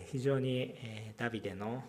非常にダビデの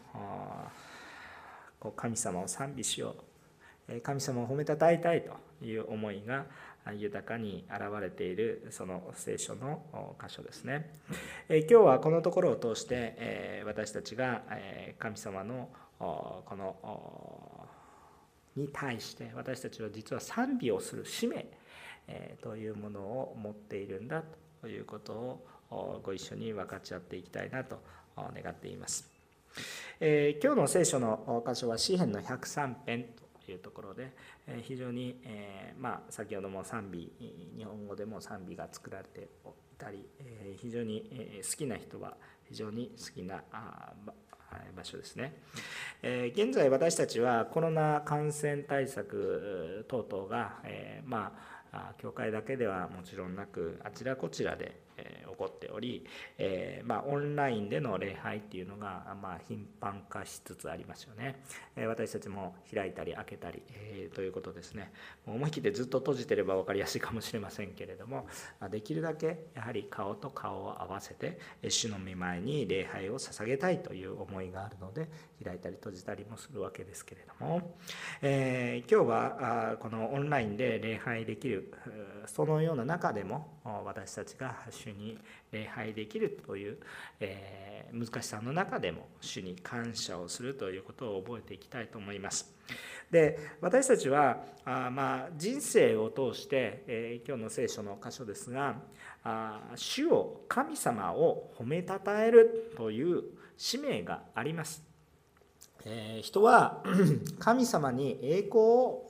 神様を賛美しよう、神様を褒めたたえたいという思いが豊かに現れているその聖書の箇所ですね。今日はこのところを通して私たちが神様のこのに対して私たちは実は賛美をする使命というものを持っているんだということをご一緒に分かち合っていきたいなと願っています。今日の聖書の箇所は詩編の103編というところで非常に先ほども賛美、日本語でも賛美が作られていたり非常に好きな人は非常に好きな場所ですね。現在私たちはコロナ感染対策等々が教会だけではもちろんなくあちらこちらで起こっており、オンラインでの礼拝っていうのが頻繁化しつつありますよね。私たちも開いたり開けたりということですね。思い切ってずっと閉じてれば分かりやすいかもしれませんけれども、できるだけやはり顔と顔を合わせて主の御前に礼拝を捧げたいという思いがあるので開いたり閉じたりもするわけですけれども、今日はこのオンラインで礼拝できるそのような中でも私たちが主に礼拝できるという難しさの中でも主に感謝をするということを覚えていきたいと思います。で、私たちは人生を通して今日の聖書の箇所ですが主を神様を褒めたたえるという使命があります。人は神様に栄光を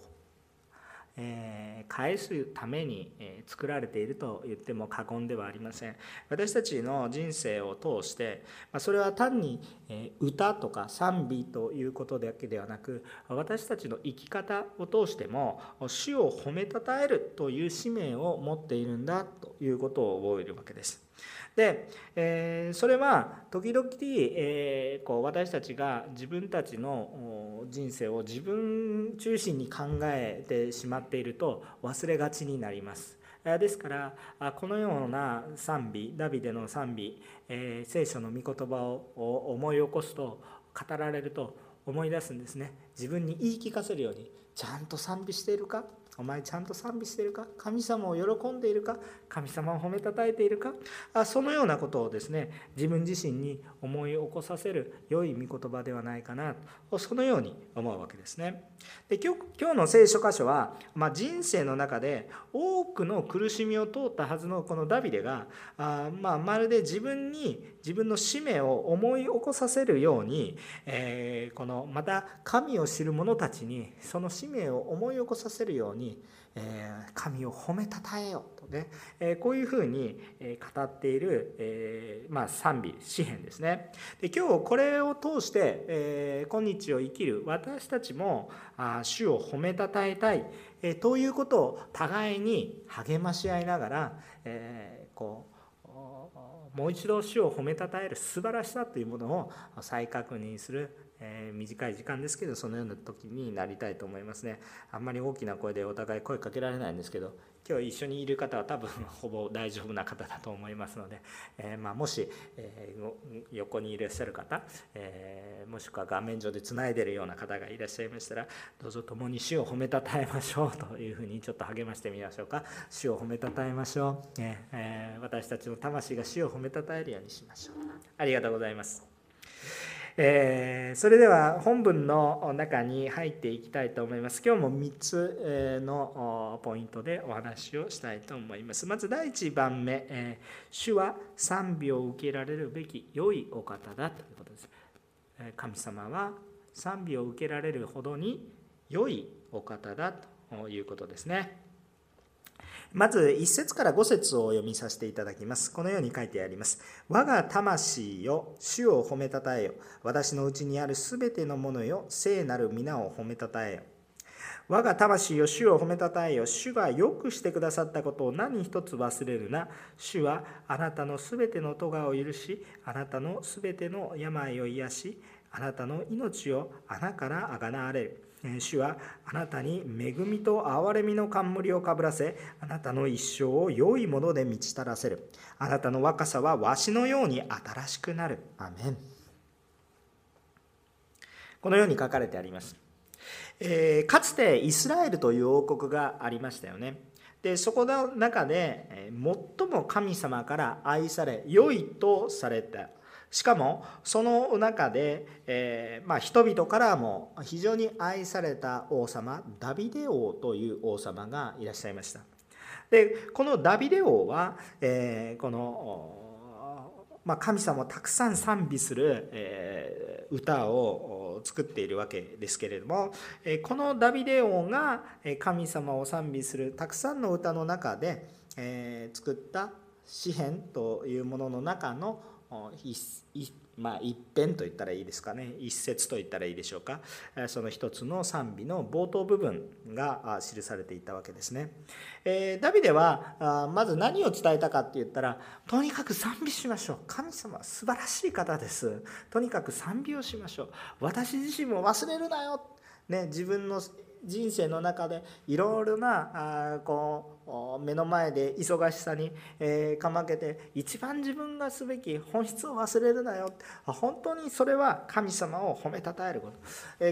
返すために作られていると言っても過言ではありません。私たちの人生を通してそれは単に歌とか賛美ということだけではなく私たちの生き方を通しても主を褒めたたえるという使命を持っているんだということを覚えるわけです。で、それは時々私たちが自分たちの人生を自分中心に考えてしまっていると忘れがちになります。ですからこのような賛美、ダビデの賛美、聖書の御言葉を思い起こすと語られると思い出すんですね。自分に言い聞かせるように、ちゃんと賛美しているか、お前ちゃんと賛美しているか、神様を喜んでいるか、神様を褒めたたえているか、そのようなことをですね自分自身に思い起こさせる良い御言葉ではないかなとそのように思うわけですね。で、今日の聖書箇所は、人生の中で多くの苦しみを通ったはずのこのダビデがまるで自分の使命を思い起こさせるように、また神を知る者たちにその使命を思い起こさせるように神を褒めたたえようとね、こういうふうに語っている賛美、詩編ですね。で、今日これを通して今日を生きる私たちも主を褒めたたえたいということを互いに励まし合いながらもう一度主を褒めたたえる素晴らしさというものを再確認する短い時間ですけどそのような時になりたいと思いますね。あんまり大きな声でお互い声かけられないんですけど、今日一緒にいる方は多分ほぼ大丈夫な方だと思いますので、もし横にいらっしゃる方、もしくは画面上でつないでいるような方がいらっしゃいましたら、どうぞ共に主を褒めたたえましょうというふうにちょっと励ましてみましょうか。主を褒めたたえましょう。私たちの魂が主を褒めたたえるようにしましょう。ありがとうございます。それでは本文の中に入っていきたいと思います。今日も3つのポイントでお話をしたいと思います。まず第1番目、主は賛美を受けられるべき良いお方だということです。神様は賛美を受けられるほどに良いお方だということですね。まず1節から5節を読みさせていただきます。このように書いてあります。我が魂よ、主を褒めたたえよ。私のうちにあるすべてのものよ、聖なる皆を褒めたたえよ。我が魂よ、主を褒めたたえよ。主がよくしてくださったことを何一つ忘れるな。主はあなたのすべての咎を許し、あなたのすべての病を癒し、あなたの命を穴からあがなわれる。 主はあなたに恵みと憐れみの冠をかぶらせ、あなたの一生を良いもので満ち足らせる。あなたの若さはわしのように新しくなる。アメン。このように書かれてあります。かつてイスラエルという王国がありましたよね。でそこの中で最も神様から愛され良いとされた、しかもその中で、人々からも非常に愛された王様、ダビデ王という王様がいらっしゃいました。でこのダビデ王は、この神様をたくさん賛美する歌を作っているわけですけれども、このダビデ王が神様を賛美するたくさんの歌の中で作った詩編というものの中の一編といったらいいですかね、一節といったらいいでしょうか、その一つの賛美の冒頭部分が記されていたわけですね。ダビデはまず何を伝えたかって言ったら、とにかく賛美しましょう、神様は素晴らしい方です、とにかく賛美をしましょう、私自身も忘れるなよ、自分の人生の中でいろいろな目の前で忙しさにかまけて一番自分がすべき本質を忘れるなよ。本当にそれは神様を褒めたたえること。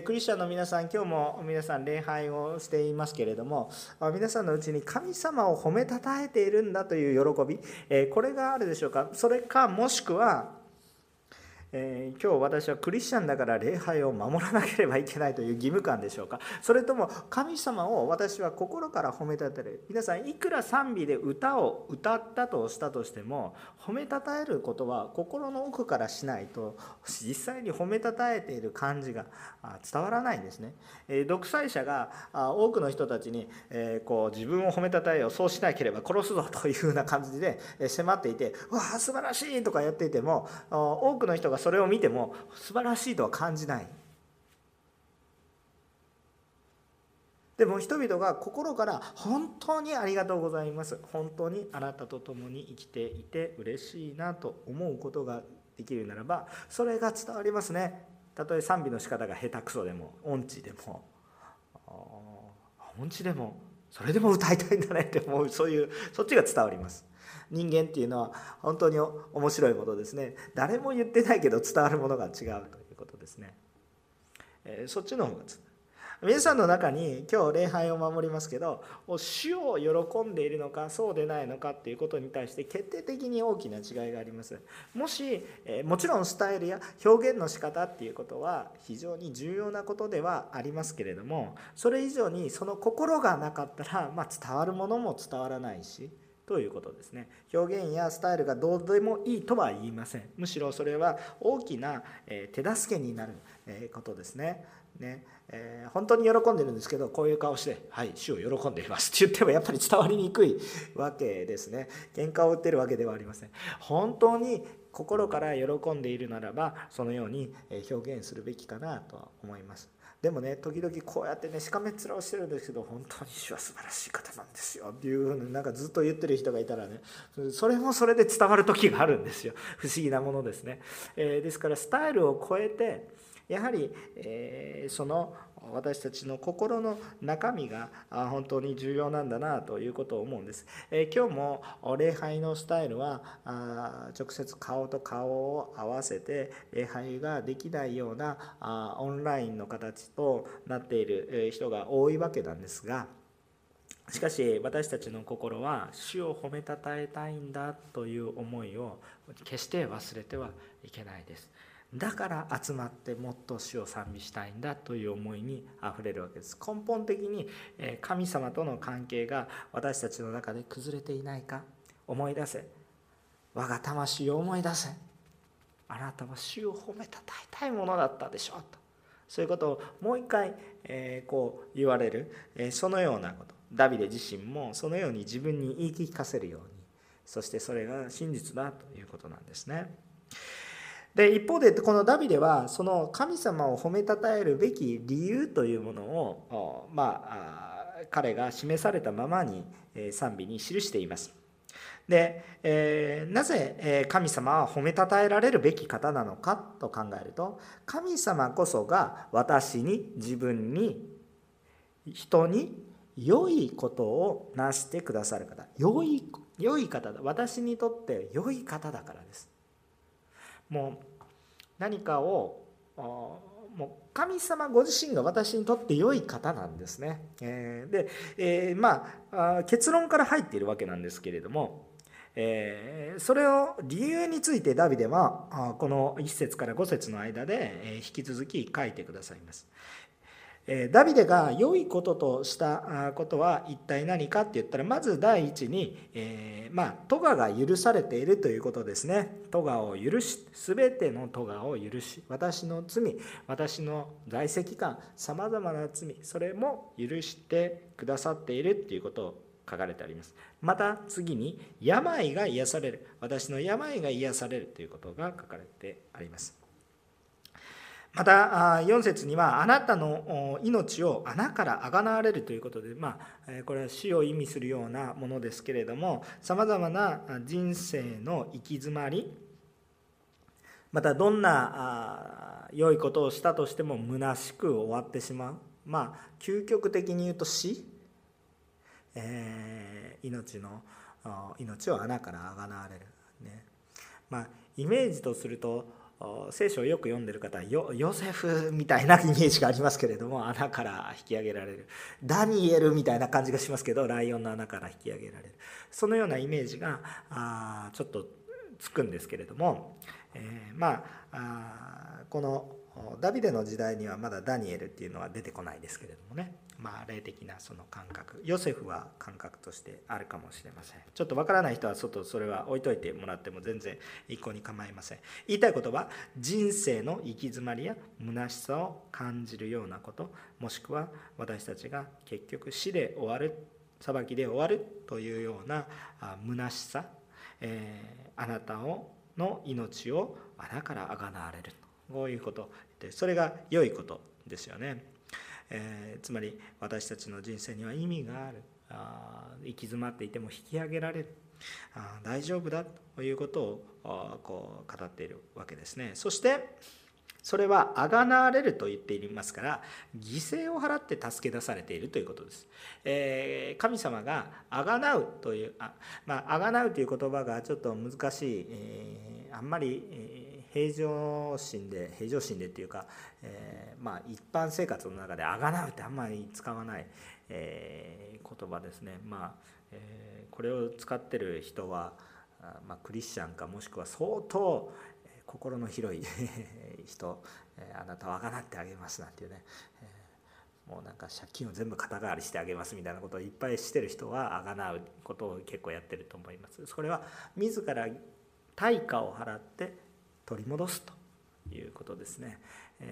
クリスチャンの皆さん、今日も皆さん礼拝をしていますけれども、皆さんのうちに神様を褒めたたえているんだという喜び、これがあるでしょうか。それかもしくは今日私はクリスチャンだから礼拝を守らなければいけないという義務感でしょうか。それとも神様を私は心から褒めたたえる。皆さん、いくら賛美で歌を歌ったとしたとしても、褒めたたえることは心の奥からしないと実際に褒めたたえている感じが伝わらないんですね。独裁者が多くの人たちに自分を褒めたたえよう、そうしなければ殺すぞというふうな感じで迫っていて、うわ素晴らしいとかやっていても、多くの人がそれを見ても素晴らしいとは感じない。でも人々が心から本当にありがとうございます、本当にあなたと共に生きていて嬉しいなと思うことができるならば、それが伝わりますね。たとえ賛美の仕方が下手くそでも音痴でもそれでも歌いたいんだねって思う、そっちが伝わります。人間っていうのは本当に面白いものですね。誰も言ってないけど伝わるものが違うということですね。そっちの方が皆さんの中に今日礼拝を守りますけど、主を喜んでいるのかそうでないのかっていうことに対して決定的に大きな違いがあります。もちろんスタイルや表現の仕方っていうことは非常に重要なことではありますけれども、それ以上にその心がなかったら、伝わるものも伝わらないしということですね。表現やスタイルがどうでもいいとは言いません。むしろそれは大きな手助けになることですね。本当に喜んでるんですけど、こういう顔して「はい主を喜んでいます」って言ってもやっぱり伝わりにくいわけですね。喧嘩を売ってるわけではありません。本当に心から喜んでいるならばそのように表現するべきかなとは思います。でもね、時々こうやってしかめっ面をしてるんですけど、本当に主は素晴らしい方なんですよっていうふうにずっと言ってる人がいたらね、それもそれで伝わる時があるんですよ。不思議なものですね。ですからスタイルを超えてやはりその私たちの心の中身が本当に重要なんだなということを思うんです。今日も礼拝のスタイルは直接顔と顔を合わせて礼拝ができないようなオンラインの形となっている人が多いわけなんですが、しかし私たちの心は主を褒めたたえたいんだという思いを決して忘れてはいけないです。だから集まってもっと主を賛美したいんだという思いにあふれるわけです。根本的に神様との関係が私たちの中で崩れていないか思い出せ。我が魂を思い出せ。あなたは主を褒めたたえたいものだったでしょうと、そういうことをもう一回こう言われる、そのようなこと、ダビデ自身もそのように自分に言い聞かせるように、そしてそれが真実だということなんですね。で一方でこのダビデはその神様を褒めたたえるべき理由というものを彼が示されたままに賛美に記しています。で、なぜ神様は褒めたたえられるべき方なのかと考えると、神様こそが私に自分に人に良いことをなしてくださる方、良い方だ、私にとって良い方だからです。もう何かをもう神様ご自身が私にとって良い方なんですね。結論から入っているわけなんですけれども、それを理由についてダビデはこの1節から5節の間で引き続き書いてくださいます。ダビデが良いこととしたことは一体何かって言ったら、まず第一に咎が許されているということですね。咎を許し、全ての咎を許し、私の罪、私の在籍感、さまざまな罪、それも許してくださっているということを書かれてあります。また次に病が癒される、私の病が癒されるということが書かれてあります。また4節には、あなたの命を穴からあがなわれるということで、これは死を意味するようなものですけれども、さまざまな人生の行き詰まり、またどんな良いことをしたとしても虚しく終わってしまう、究極的に言うと死、命を穴からあがなわれる、イメージとすると、聖書をよく読んでる方はヨセフみたいなイメージがありますけれども、穴から引き上げられる、ダニエルみたいな感じがしますけど、ライオンの穴から引き上げられる、そのようなイメージがちょっとつくんですけれども、このダビデの時代にはまだダニエルっていうのは出てこないですけれどもね、霊的なその感覚、ヨセフは感覚としてあるかもしれません。ちょっとわからない人はそれは置いといてもらっても全然一向に構いません。言いたいことは、人生の行き詰まりや虚しさを感じるようなこと、もしくは私たちが結局死で終わる、裁きで終わるというような虚しさ、あなたの命を穴からあがなわれる、こういうことで、それが良いことですよね。つまり私たちの人生には意味がある、行き詰まっていても引き上げられる、大丈夫だということをこう語っているわけですね。そしてそれはあがなわれると言っていますから、犠牲を払って助け出されているということです。神様があがなうというあがなうという言葉がちょっと難しい、あんまり平常心でっていうか、一般生活の中であがなうってあんまり使わない、言葉ですね。これを使ってる人は、クリスチャンか、もしくは相当心の広い人、あなたをあがなってあげますなんていうね、もうなんか借金を全部肩代わりしてあげますみたいなことをいっぱいしてる人はあがなうことを結構やってると思います。それは自ら対価を払って取り戻すということですね。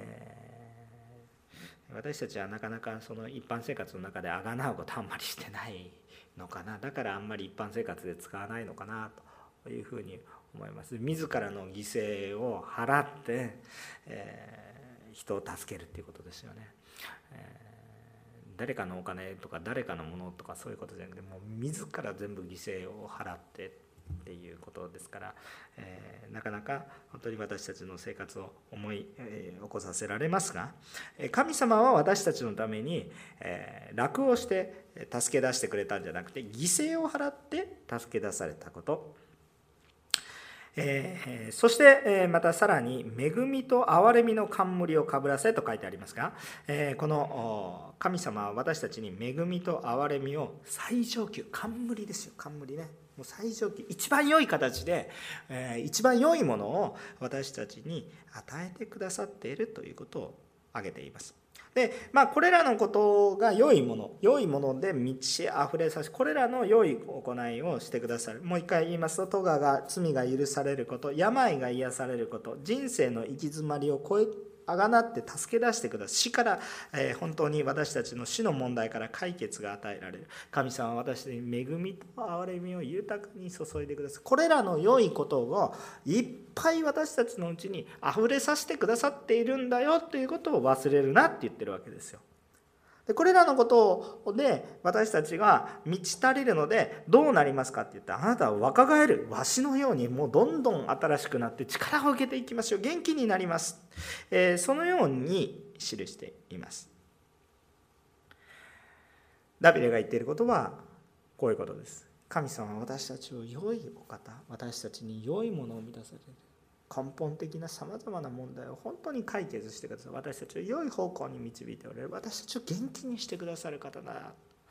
私たちはなかなかその一般生活の中であがなうことあんまりしてないのかな、だからあんまり一般生活で使わないのかなというふうに思います。自らの犠牲を払って、人を助けるっていうことですよね。誰かのお金とか誰かのものとかそういうことじゃなくて、もう自ら全部犠牲を払ってっていうことですから、なかなか本当に私たちの生活を思い起こさせられますが、神様は私たちのために楽をして助け出してくれたんじゃなくて、犠牲を払って助け出されたこと、そしてまたさらに恵みと憐れみの冠をかぶらせと書いてありますが、この神様は私たちに恵みと憐れみを最上級、冠ですよ、冠ね、もう最上級、一番良い形で、一番良いものを私たちに与えてくださっているということを挙げています。でこれらのことが良いもので満ち溢れさせ、これらの良い行いをしてくださる。もう一回言いますと、罪が許されること、病が癒されること、人生の行き詰まりをあがなって助け出してください。死から、本当に私たちの死の問題から解決が与えられる。神様は私たちに恵みと憐れみを豊かに注いでください。これらの良いことをいっぱい私たちのうちに溢れさせてくださっているんだよということを忘れるなって言ってるわけですよ。でこれらのことで私たちが満ち足りるのでどうなりますかって言ったら、あなたは若返るわしのようにもうどんどん新しくなって力を受けていきましょう、元気になります、そのように記しています。 ダビデが言っていることはこういうことです。神様は私たちを良いお方、私たちに良いものを満たされる、根本的なさまざまな問題を本当に解決してくださる、私たちを良い方向に導いておられる、私たちを元気にしてくださる方だ。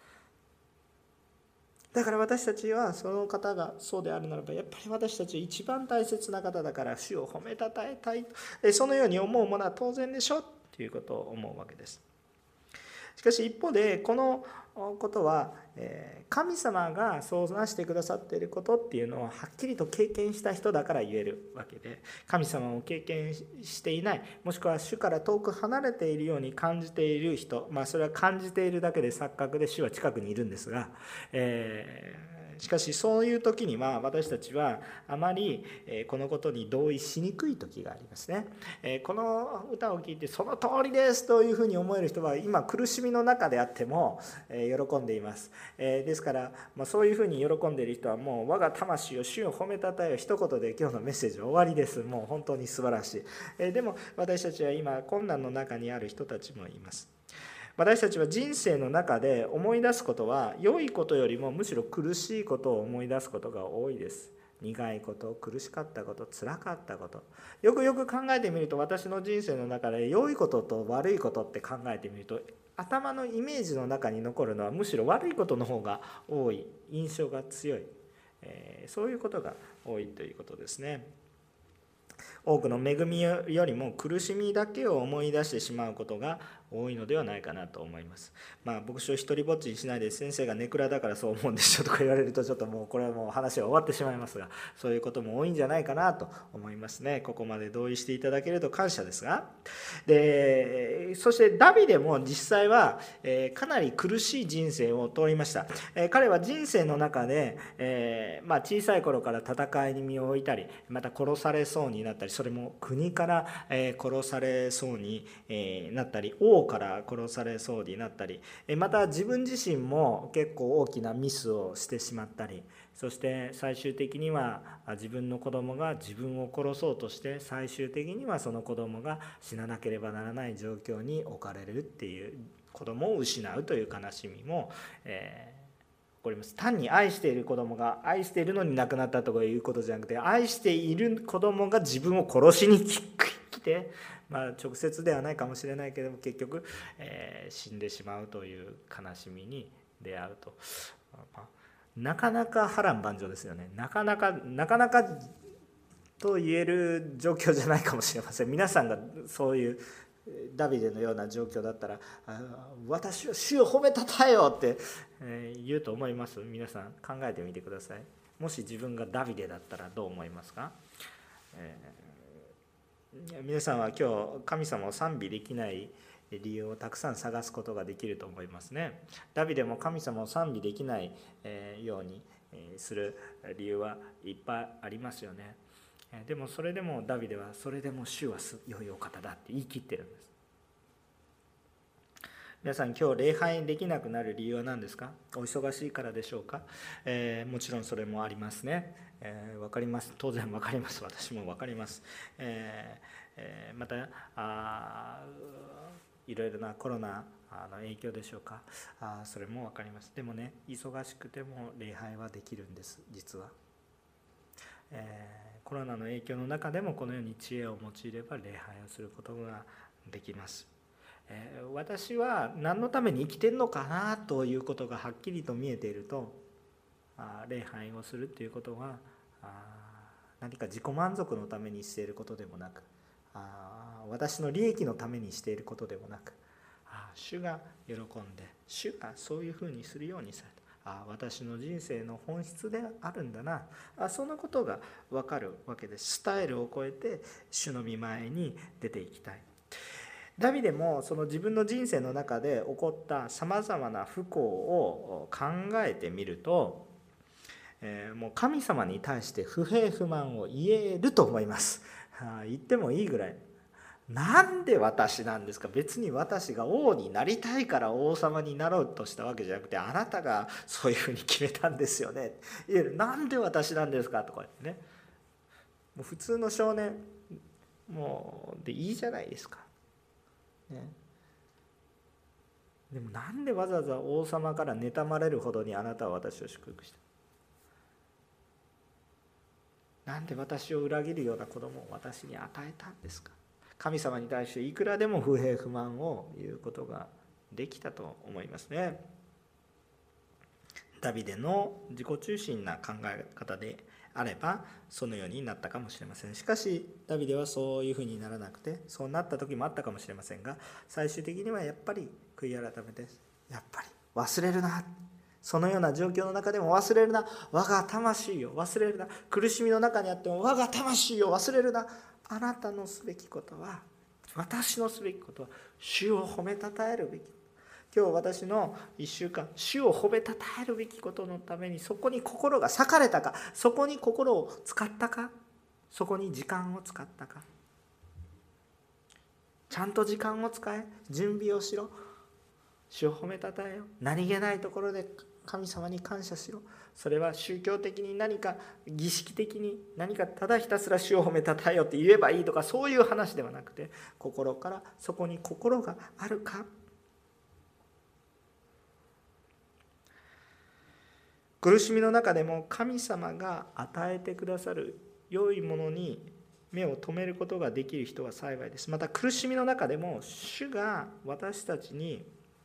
だから私たちはその方がそうであるならば、やっぱり私たち一番大切な方だから主を褒めたたえたい、そのように思うものは当然でしょということを思うわけです。しかし一方でこのことは神様がそうなしてくださっていることっていうのをはっきりと経験した人だから言えるわけで、神様を経験していない、もしくは主から遠く離れているように感じている人、それは感じているだけで錯覚で主は近くにいるんですが、しかしそういう時には私たちはあまりこのことに同意しにくい時がありますね。この歌を聴いてその通りですというふうに思える人は今苦しみの中であっても喜んでいます。ですからそういうふうに喜んでいる人はもう我が魂を主を褒めたたえを一言で今日のメッセージは終わりです。もう本当に素晴らしい。でも私たちは今困難の中にある人たちもいます。私たちは人生の中で思い出すことは良いことよりもむしろ苦しいことを思い出すことが多いです。苦いこと、苦しかったこと、辛かったこと、よくよく考えてみると、私の人生の中で良いことと悪いことって考えてみると、頭のイメージの中に残るのはむしろ悪いことの方が多い、印象が強い、そういうことが多いということですね。多くの恵みよりも苦しみだけを思い出してしまうことが多いのではないかなと思います。牧師を一人ぼっちにしないで、先生がネクラだからそう思うんですよとか言われると、ちょっともうこれはもう話が終わってしまいますが、そういうことも多いんじゃないかなと思いますね。ここまで同意していただけると感謝ですが、そしてダビデも実際はかなり苦しい人生を通りました。彼は人生の中で小さい頃から戦いに身を置いたり、また殺されそうになったり、それも国から殺されそうになったり、王から殺されそうになったり、また自分自身も結構大きなミスをしてしまったり、そして最終的には自分の子供が自分を殺そうとして、最終的にはその子供が死ななければならない状況に置かれるっていう、子供を失うという悲しみも起こります。単に愛している子供が愛しているのに亡くなったとかいうことじゃなくて、愛している子供が自分を殺しに来て、直接ではないかもしれないけれども結局、死んでしまうという悲しみに出会うと、なかなか波乱万丈ですよね。なかなかと言える状況じゃないかもしれません。皆さんがそういうダビデのような状況だったら、私は主を褒めたたえよって言うと思います。皆さん考えてみてください。もし自分がダビデだったらどう思いますか？皆さんは今日神様を賛美できない理由をたくさん探すことができると思いますね。ダビデも神様を賛美できないようにする理由はいっぱいありますよね。でもそれでもダビデはそれでも主は良いお方だって言い切ってるんです。皆さん今日礼拝できなくなる理由は何ですか？お忙しいからでしょうか？もちろんそれもありますね。分かります。当然分かります。私も分かります。またいろいろなコロナの影響でしょうか？それも分かります。でもね、忙しくても礼拝はできるんです、実は。コロナの影響の中でもこのように知恵を用いれば礼拝をすることができます。私は何のために生きてるのかなということがはっきりと見えていると、礼拝をするということは何か自己満足のためにしていることでもなく、私の利益のためにしていることでもなく、主が喜んで主がそういうふうにするようにされた、私の人生の本質であるんだな、そのことが分かるわけです。スタイルを超えて主の御前に出ていきたい。ダビデもその自分の人生の中で起こったさまざまな不幸を考えてみると、もう神様に対して不平不満を言えると思います。言ってもいいぐらい。なんで私なんですか？別に私が王になりたいから王様になろうとしたわけじゃなくて、あなたがそういうふうに決めたんですよね。なんで私なんですかとか言ってね、もう普通の少年もうでいいじゃないですか。ね、 でもなんでわざわざ王様から妬まれるほどにあなたは私を祝福した。なんで私を裏切るような子供を私に与えたんですか。神様に対していくらでも不平不満を言うことができたと思いますね。ダビデの自己中心な考え方であればそのようになったかもしれません。しかしダビデはそういうふうにならなくて、そうなった時もあったかもしれませんが、最終的にはやっぱり悔い改めて、やっぱり忘れるな、そのような状況の中でも忘れるな、我が魂よ忘れるな、苦しみの中にあっても我が魂よ忘れるな、あなたのすべきことは、私のすべきことは主を褒めたたえるべき。今日私の1週間、主を褒めたたえるべきことのために、そこに心が割かれたか、そこに心を使ったか、そこに時間を使ったか。ちゃんと時間を使え、準備をしろ、主を褒めたたえよ。何気ないところで神様に感謝しろ。それは宗教的に何か儀式的に何かただひたすら主を褒めたたえよって言えばいいとか、そういう話ではなくて、心からそこに心があるか。苦しみの中でも神様が与えてくださる良いものに目を留めることができる人は幸いです。また苦しみの中でも主が私たちに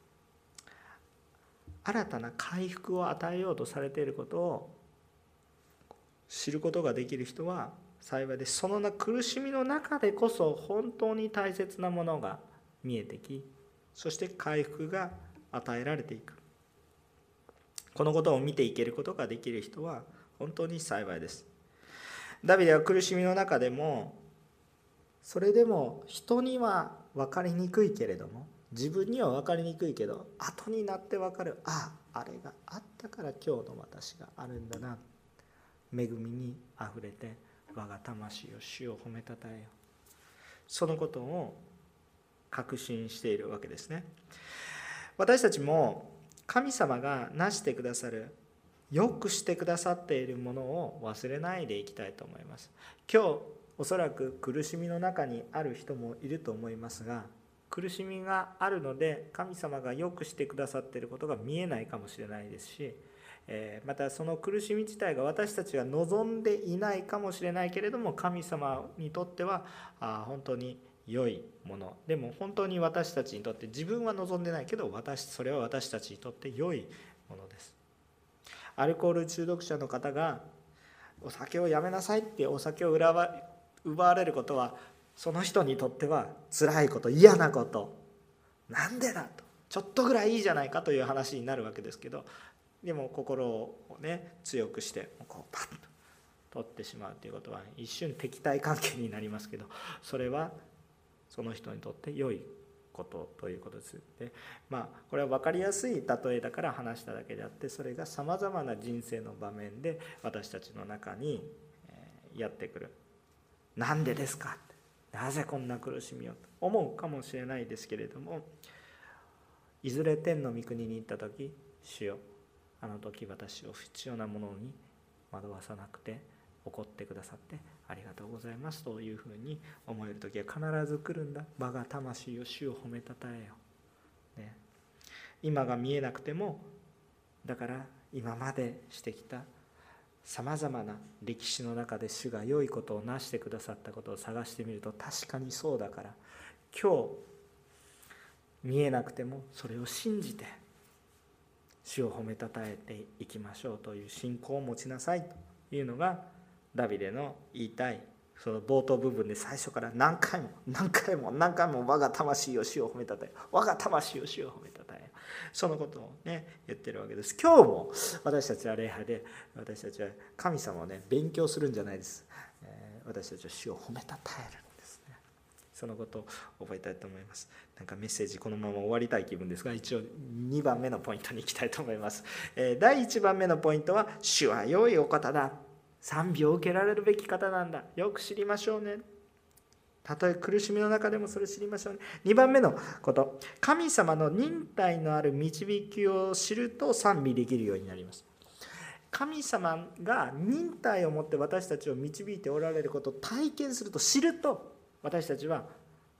新たな回復を与えようとされていることを知ることができる人は幸いです。その苦しみの中でこそ本当に大切なものが見えてき、そして回復が与えられていく。このことを見ていけることができる人は本当に幸いです。ダビデは苦しみの中でも、それでも人には分かりにくいけれども、自分には分かりにくいけど後になって分かる、あれがあったから今日の私があるんだな、恵みにあふれて我が魂を主を褒めたたえよ、そのことを確信しているわけですね。私たちも神様がなしてくださる、よくしてくださっているものを忘れないでいきたいと思います。今日おそらく苦しみの中にある人もいると思いますが、苦しみがあるので神様がよくしてくださっていることが見えないかもしれないですし、またその苦しみ自体が私たちが望んでいないかもしれないけれども、神様にとっては本当に良いものでも、本当に私たちにとって自分は望んでないけどそれは私たちにとって良いものです。アルコール中毒者の方がお酒をやめなさいってお酒を奪われることは、その人にとっては辛いこと、嫌なこと、なんでだと、ちょっとぐらいいいじゃないかという話になるわけですけど、でも心をね強くしてこうパッと取ってしまうということは一瞬敵対関係になりますけど、それはその人にとって良いことということです。で、これは分かりやすい例えだから話しただけであって、それがさまざまな人生の場面で私たちの中にやってくる。なんでですか、なぜこんな苦しみをと思うかもしれないですけれども、いずれ天の御国に行った時、主よあの時私を不必要なものに惑わさなくて怒ってくださってありがとうございますというふうに思える時は必ず来るんだ。我が魂を主を褒めたたえよ、ね、今が見えなくても、だから今までしてきたさまざまな歴史の中で主が良いことをなしてくださったことを探してみると、確かにそうだから、今日見えなくてもそれを信じて主を褒めたたえていきましょうという信仰を持ちなさいというのがダビデの言いたい、その冒頭部分で最初から何回も我が魂を主を褒めたたえ、我が魂を主を褒めたたえ、そのことをね言ってるわけです。今日も私たちは礼拝で、私たちは神様をね勉強するんじゃないです。私たちは主を褒めたたえるんですね。そのことを覚えたいと思います。なんかメッセージこのまま終わりたい気分ですが、一応2番目のポイントに行きたいと思います。第1番目のポイントは、主は良いお方だ、賛美を受けられるべき方なんだ、よく知りましょうね。たとえ苦しみの中でもそれ知りましょうね。2番目のこと、神様の忍耐のある導きを知ると賛美できるようになります。神様が忍耐を持って私たちを導いておられることを体験すると、知ると、私たちは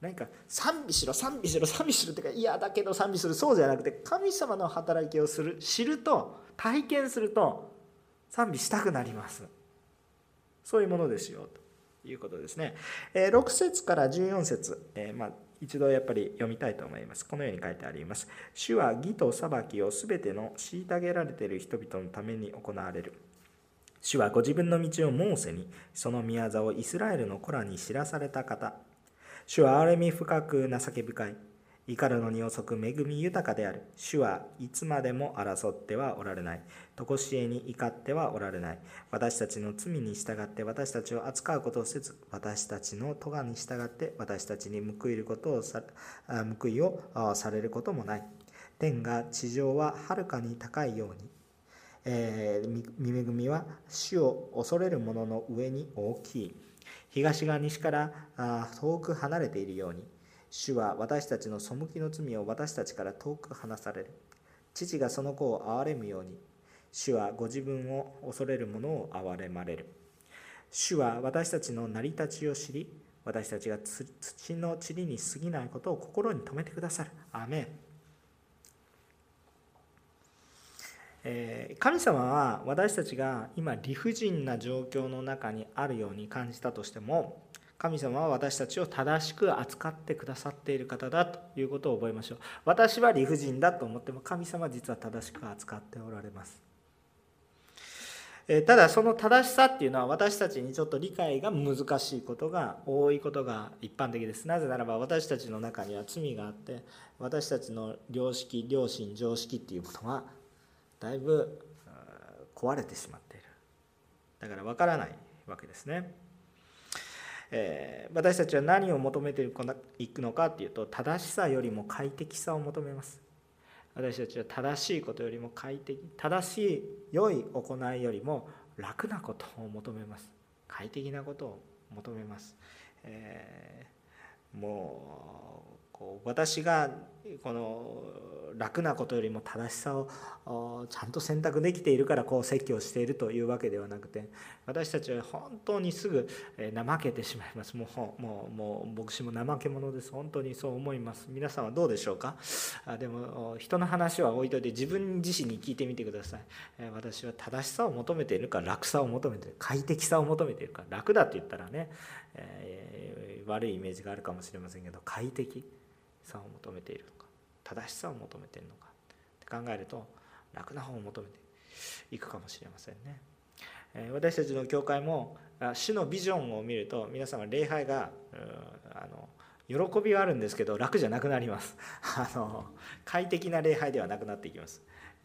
何か賛美しろ賛美しろ賛美しろってか嫌だけど賛美する、そうじゃなくて、神様の働きを知ると、体験すると賛美したくなります。そういうものですよということですね。6節から14節、一度やっぱり読みたいと思います。このように書いてあります。主は義と裁きをすべての虐げられている人々のために行われる。主はご自分の道をモーセに、その御業をイスラエルの子らに知らされた方。主は憐れみ深く情け深い。怒るのに遅く恵み豊かである。主はいつまでも争ってはおられない。常しえに怒ってはおられない。私たちの罪に従って私たちを扱うことをせず、私たちの咎に従って私たちに報いをされることもない。天が地上ははるかに高いように、御恵みは主を恐れる者の上に大きい。東が西から遠く離れているように、主は私たちの背きの罪を私たちから遠く離される。父がその子を憐れむように、主はご自分を恐れる者を憐れまれる。主は私たちの成り立ちを知り、私たちが土の塵に過ぎないことを心に留めてくださる。アーメン。神様は私たちが今理不尽な状況の中にあるように感じたとしても、神様は私たちを正しく扱ってくださっている方だということを覚えましょう。私は理不尽だと思っても、神様は実は正しく扱っておられます。ただその正しさっていうのは私たちにちょっと理解が難しいことが多いことが一般的です。なぜならば私たちの中には罪があって、私たちの良心常識っていうものはだいぶ壊れてしまっている。だから分からないわけですね。私たちは何を求めていくのかっていうと、正しさよりも快適さを求めます。私たちは正しいことよりも快適、正しい良い行いよりも楽なことを求めます。快適なことを求めます。もう私がこの楽なことよりも正しさをちゃんと選択できているから説教しているというわけではなくて、私たちは本当にすぐ怠けてしまいます。もう牧師も怠け者です。本当にそう思います。皆さんはどうでしょうか。でも人の話は置いといて自分自身に聞いてみてください。私は正しさを求めているか、楽さを求めている、快適さを求めているか。楽だって言ったらね、悪いイメージがあるかもしれませんけど、快適さを求めているのか、正しさを求めているのかって考えると、楽な方を求めていくかもしれませんね。私たちの教会も主のビジョンを見ると、皆様礼拝が喜びはあるんですけど楽じゃなくなります。快適な礼拝ではなくなっていきます。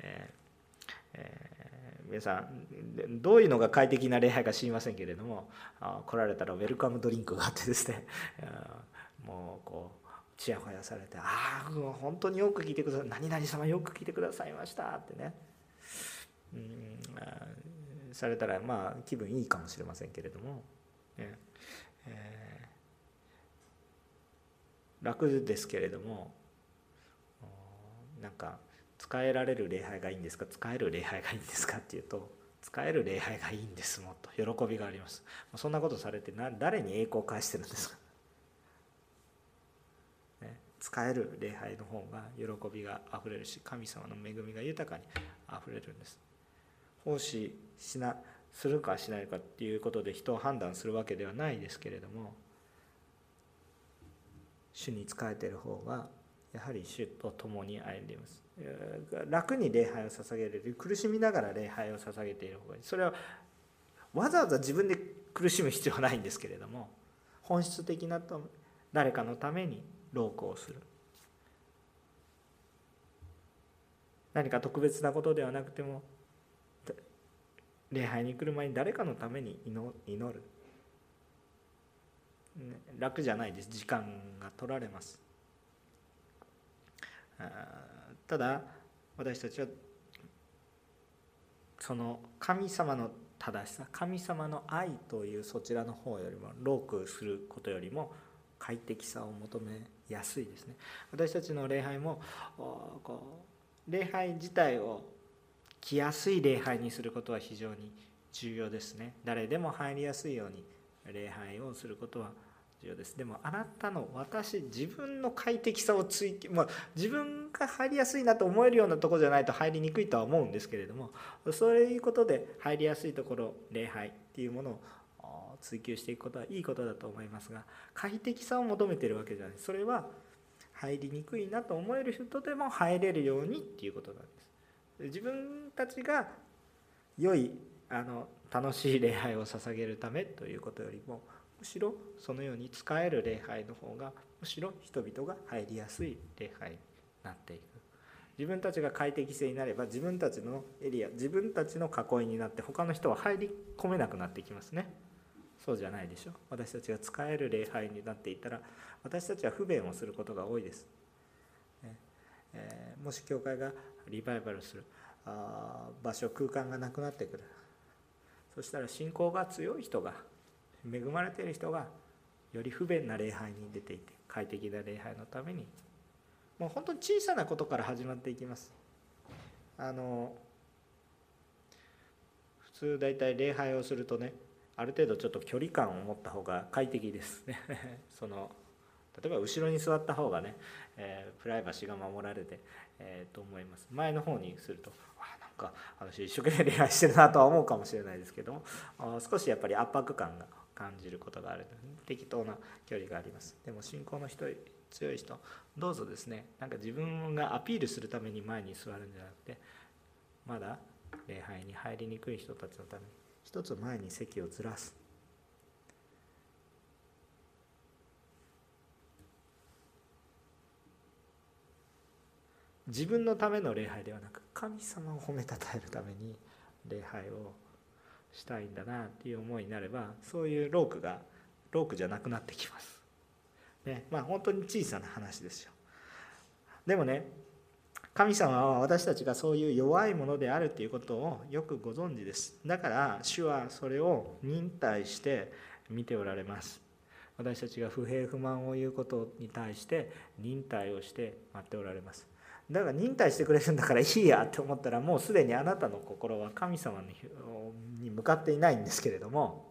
皆さんどういうのが快適な礼拝か知りませんけれども、来られたらウェルカムドリンクがあってですね、もうちやほやされて、本当によく聞いてください、何々様よく聞いてくださいましたってね、されたら気分いいかもしれませんけれども、楽ですけれども、なんか使えられる礼拝がいいんですか、使える礼拝がいいんですかっていうと、使える礼拝がいいんです。もっと喜びがあります。そんなことされて誰に栄光を返してるんですか。使える礼拝の方が喜びがあふれるし、神様の恵みが豊かにあふれるんです。奉仕するかしないかっていうことで人を判断するわけではないですけれども、主に仕えている方がやはり主と共に歩んでいます。楽に礼拝を捧げる、苦しみながら礼拝を捧げている方がいい。それはわざわざ自分で苦しむ必要はないんですけれども、本質的な誰かのために労苦をする、何か特別なことではなくても礼拝に来る前に誰かのために祈る。楽じゃないです。時間が取られます。ただ私たちはその神様の正しさ、神様の愛というそちらの方よりも、労苦することよりも快適さを求めやすいですね。私たちの礼拝も礼拝自体を来やすい礼拝にすることは非常に重要ですね。誰でも入りやすいように礼拝をすることは重要です。でもあなたの自分の快適さを追求、自分が入りやすいなと思えるようなところじゃないと入りにくいとは思うんですけれども、そういうことで入りやすいところ、礼拝っていうものを追求していくことはいいことだと思いますが、快適さを求めているわけじゃない。それは入りにくいなと思える人でも入れるようにっていうことなんです。自分たちが良い楽しい礼拝を捧げるためということよりも、むしろそのように使える礼拝の方がむしろ人々が入りやすい礼拝になっていく。自分たちが快適性になれば自分たちのエリア、自分たちの囲いになって他の人は入り込めなくなってきますね。そうじゃないでしょ。私たちが使える礼拝になっていたら私たちは不便をすることが多いです、もし教会がリバイバルする場所、空間がなくなってくる。そしたら信仰が強い人が、恵まれている人がより不便な礼拝に出ていて、快適な礼拝のためにもう本当に小さなことから始まっていきます。普通だいたい礼拝をするとね、ある程度ちょっと距離感を持った方が快適ですね例えば後ろに座った方がね、プライバシーが守られて、と思います。前の方にするとなんか私一生懸命恋愛してるなとは思うかもしれないですけども、少しやっぱり圧迫感が感じることがある。適当な距離があります。でも信仰の人、強い人、どうぞですね、なんか自分がアピールするために前に座るんじゃなくて、まだ礼拝に入りにくい人たちのために一つ前に席をずらす。自分のための礼拝ではなく、神様を褒めたたえるために礼拝をしたいんだなっていう思いになれば、そういうロークじゃなくなってきますね。本当に小さな話ですよ。でもね、神様は私たちがそういう弱いものであるということをよくご存知です。だから主はそれを忍耐して見ておられます。私たちが不平不満を言うことに対して忍耐をして待っておられます。だから忍耐してくれるんだからいいやって思ったら、もうすでにあなたの心は神様に向かっていないんですけれども、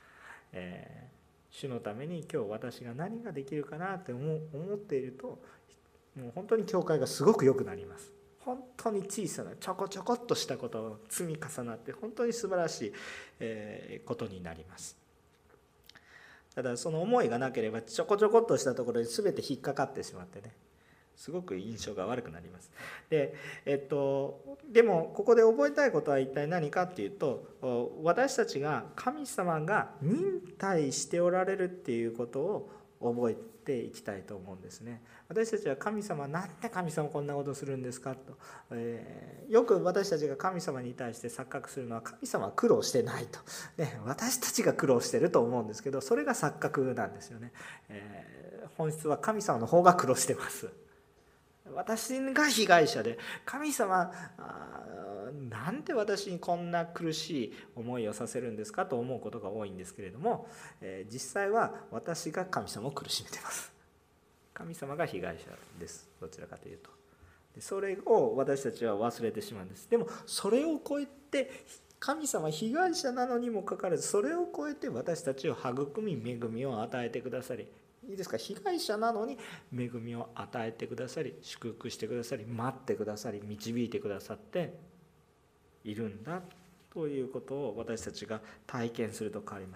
主のために今日私が何ができるかなって思っていると、もう本当に教会がすごく良くなります。本当に小さなちょこちょこっとしたことを積み重なって本当に素晴らしいことになります。ただその思いがなければちょこちょこっとしたところに全て引っかかってしまってね、すごく印象が悪くなります。でもここで覚えたいことは一体何かっていうと、私たちが神様が忍耐しておられるっていうことを覚えていきたいと思うんですね。私たちは神様、なんで神様こんなことするんですかと、よく私たちが神様に対して錯覚するのは、神様は苦労してないと、私たちが苦労してると思うんですけど、それが錯覚なんですよね。本質は神様の方が苦労してます。私が被害者で、神様なんで私にこんな苦しい思いをさせるんですかと思うことが多いんですけれども、実際は私が神様を苦しめています。神様が被害者です。どちらかというと。それを私たちは忘れてしまうんです。でもそれを超えて、神様被害者なのにもかかわらず、それを超えて私たちを育み恵みを与えてくださり、いいですか、被害者なのに恵みを与えてくださり、祝福してくださり、待ってくださり、導いてくださっているんだということを私たちが体験すると変わります。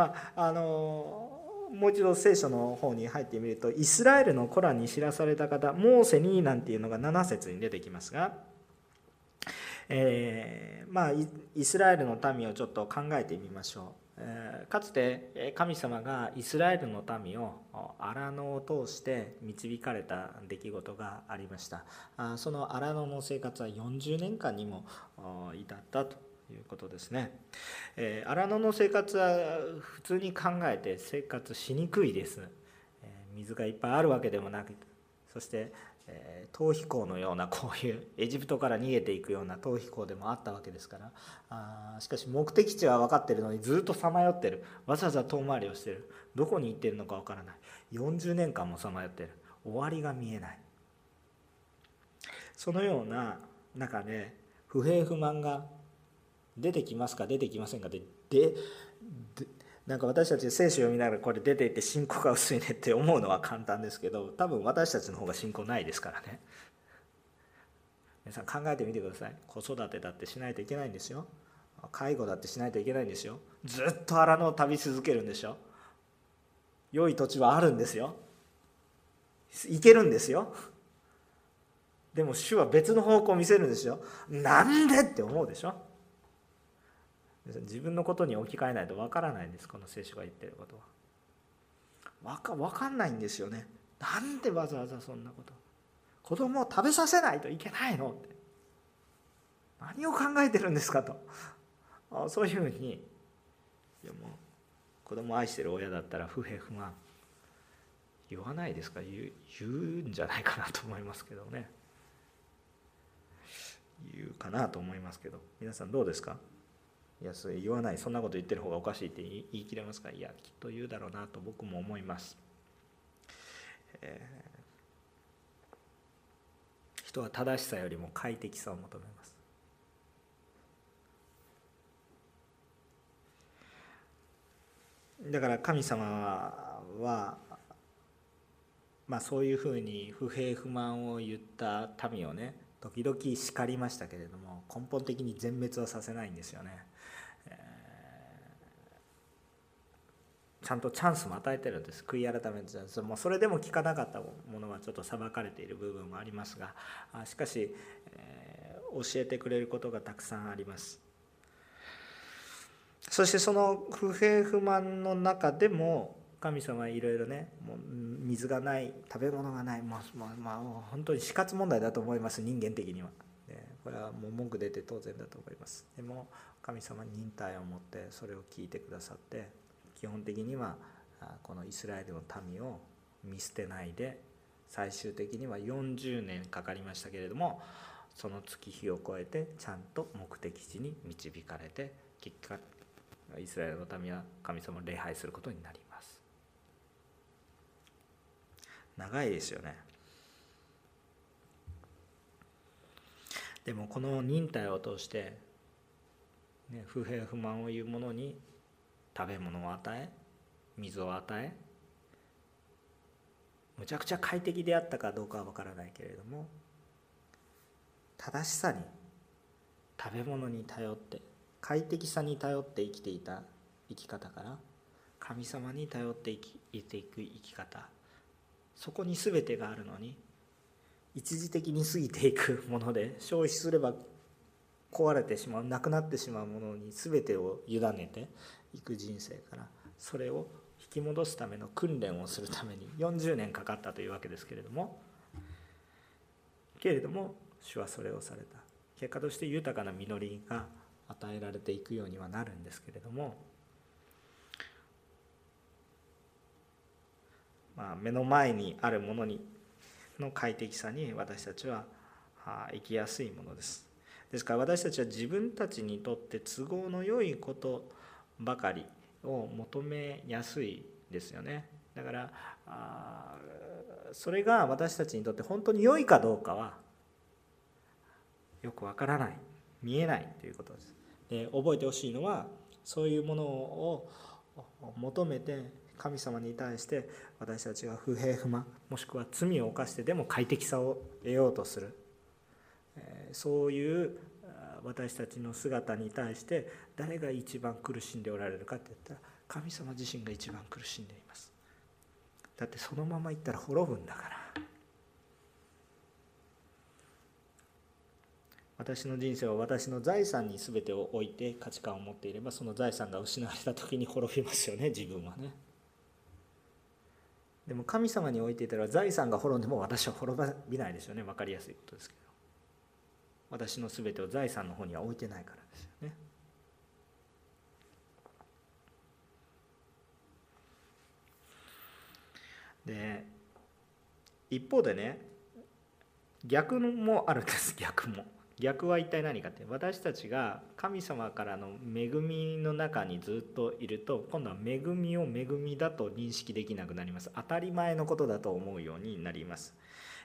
もう一度聖書の方に入ってみると、イスラエルの子らに知らされた方、モーセになんていうのが7節に出てきますが、イスラエルの民をちょっと考えてみましょう。かつて神様がイスラエルの民を荒野を通して導かれた出来事がありました。その荒野の生活は40年間にも至ったということですね。荒野の生活は普通に考えて生活しにくいです。水がいっぱいあるわけでもなく、そして逃避行のような、こういうエジプトから逃げていくような逃避行でもあったわけですから、しかし目的地は分かっているのにずっとさまよってる、わざわざ遠回りをしている、どこに行っているのか分からない、40年間もさまよっている、終わりが見えない。そのような中で不平不満が出てきますか出てきませんかでなんか私たち聖書読みながらこれ出ていって信仰が薄いねって思うのは簡単ですけど、多分私たちの方が信仰ないですからね。皆さん考えてみてください。子育てだってしないといけないんですよ。介護だってしないといけないんですよ。ずっと荒野を旅し続けるんでしょ。良い土地はあるんですよ。行けるんですよ。でも主は別の方向を見せるんですよ。なんでって思うでしょ。自分のことに置き換えないとわからないんです。この聖書が言ってることはわかんないんですよね。なんでわざわざそんなこと、子供を食べさせないといけないのって、何を考えてるんですかと、そういうふうに、でも子供を愛してる親だったら不平不満言わないですか。言うんじゃないかなと思いますけどね。言うかなと思いますけど、皆さんどうですか。いや、それ言わない、そんなこと言ってる方がおかしいって言い切れますか。いや、きっと言うだろうなと僕も思います。人は正しさよりも快適さを求めます。だから神様は、そういうふうに不平不満を言った民をね、時々叱りましたけれども、根本的に全滅はさせないんですよね。ちゃんとチャンスも与えてるんです。悔い改めて、もうそれでも聞かなかったものはちょっと裁かれている部分もありますが、しかし、教えてくれることがたくさんあります。そしてその不平不満の中でも神様はいろいろね、もう水がない、食べ物がない、本当に死活問題だと思います。人間的にはこれはもう文句出て当然だと思います。でも神様に忍耐を持ってそれを聞いてくださって、基本的にはこのイスラエルの民を見捨てないで、最終的には40年かかりましたけれども、その月日を超えてちゃんと目的地に導かれて、結果イスラエルの民は神様を礼拝することになります。長いですよね。でもこの忍耐を通して、不平不満を言う者に食べ物を与え、水を与え、むちゃくちゃ快適であったかどうかは分からないけれども、正しさに、食べ物に頼って、快適さに頼って生きていた生き方から、神様に頼って生きていく生き方、そこに全てがあるのに、一時的に過ぎていくもので、消費すれば壊れてしまう、なくなってしまうものに全てを委ねていく人生から、それを引き戻すための訓練をするために40年かかったというわけですけれども、主はそれをされた。結果として豊かな実りが与えられていくようにはなるんですけれども、目の前にあるものの快適さに私たちは生きやすいものです。ですから私たちは自分たちにとって都合の良いことばかりを求めやすいですよね。だからそれが私たちにとって本当に良いかどうかはよくわからない、見えないということです。で、覚えてほしいのは、そういうものを求めて神様に対して私たちが不平不満、もしくは罪を犯してでも快適さを得ようとする、そういう私たちの姿に対して誰が一番苦しんでおられるかって言ったら、神様自身が一番苦しんでいます。だってそのままいったら滅ぶんだから。私の人生は私の財産に全てを置いて価値観を持っていれば、その財産が失われた時に滅びますよね、自分はね。でも神様に置いていたら財産が滅んでも私は滅びないですよね。分かりやすいことですけど、私の全てを財産の方には置いてないからですよね。で、一方でね、逆もあるんです。逆は一体何かって、私たちが神様からの恵みの中にずっといると、今度は恵みを恵みだと認識できなくなります。当たり前のことだと思うようになります。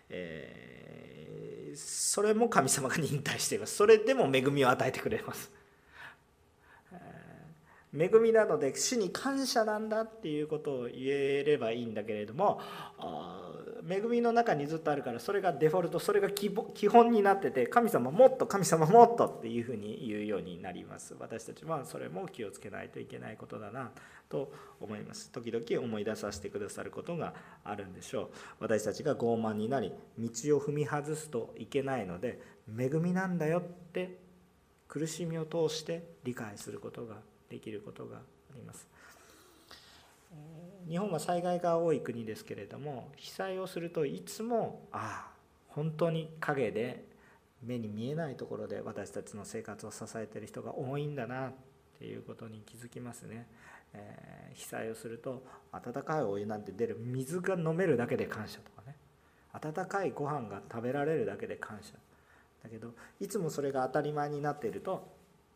それも神様が忍耐しています。それでも恵みを与えてくれます。 恵みなので主に感謝なんだっていうことを言えればいいんだけれども、恵みの中にずっとあるから、それがデフォルト、それが基本になってて、神様もっと神様もっとっていうふうに言うようになります。私たちはそれも気をつけないといけないことだなと思います。時々思い出させてくださることがあるんでしょう。私たちが傲慢になり道を踏み外すといけないので、恵みなんだよって苦しみを通して理解することができることがあります。日本は災害が多い国ですけれども、被災をするといつも本当に陰で目に見えないところで私たちの生活を支えている人が多いんだなっていうことに気づきますね。被災をすると温かいお湯なんて出る、水が飲めるだけで感謝とかね、温かいご飯が食べられるだけで感謝だけど、いつもそれが当たり前になっていると、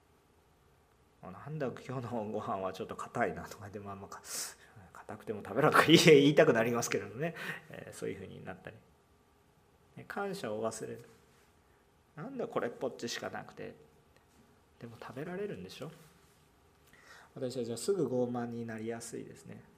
なんだ今日のご飯はちょっと硬いなとかでも硬くても食べろとか言いたくなりますけれどもね、そういうふうになったり、感謝を忘れる。なんだこれっぽっちしかなくて、でも食べられるんでしょ。私たちはすぐ傲慢になりやすいですね。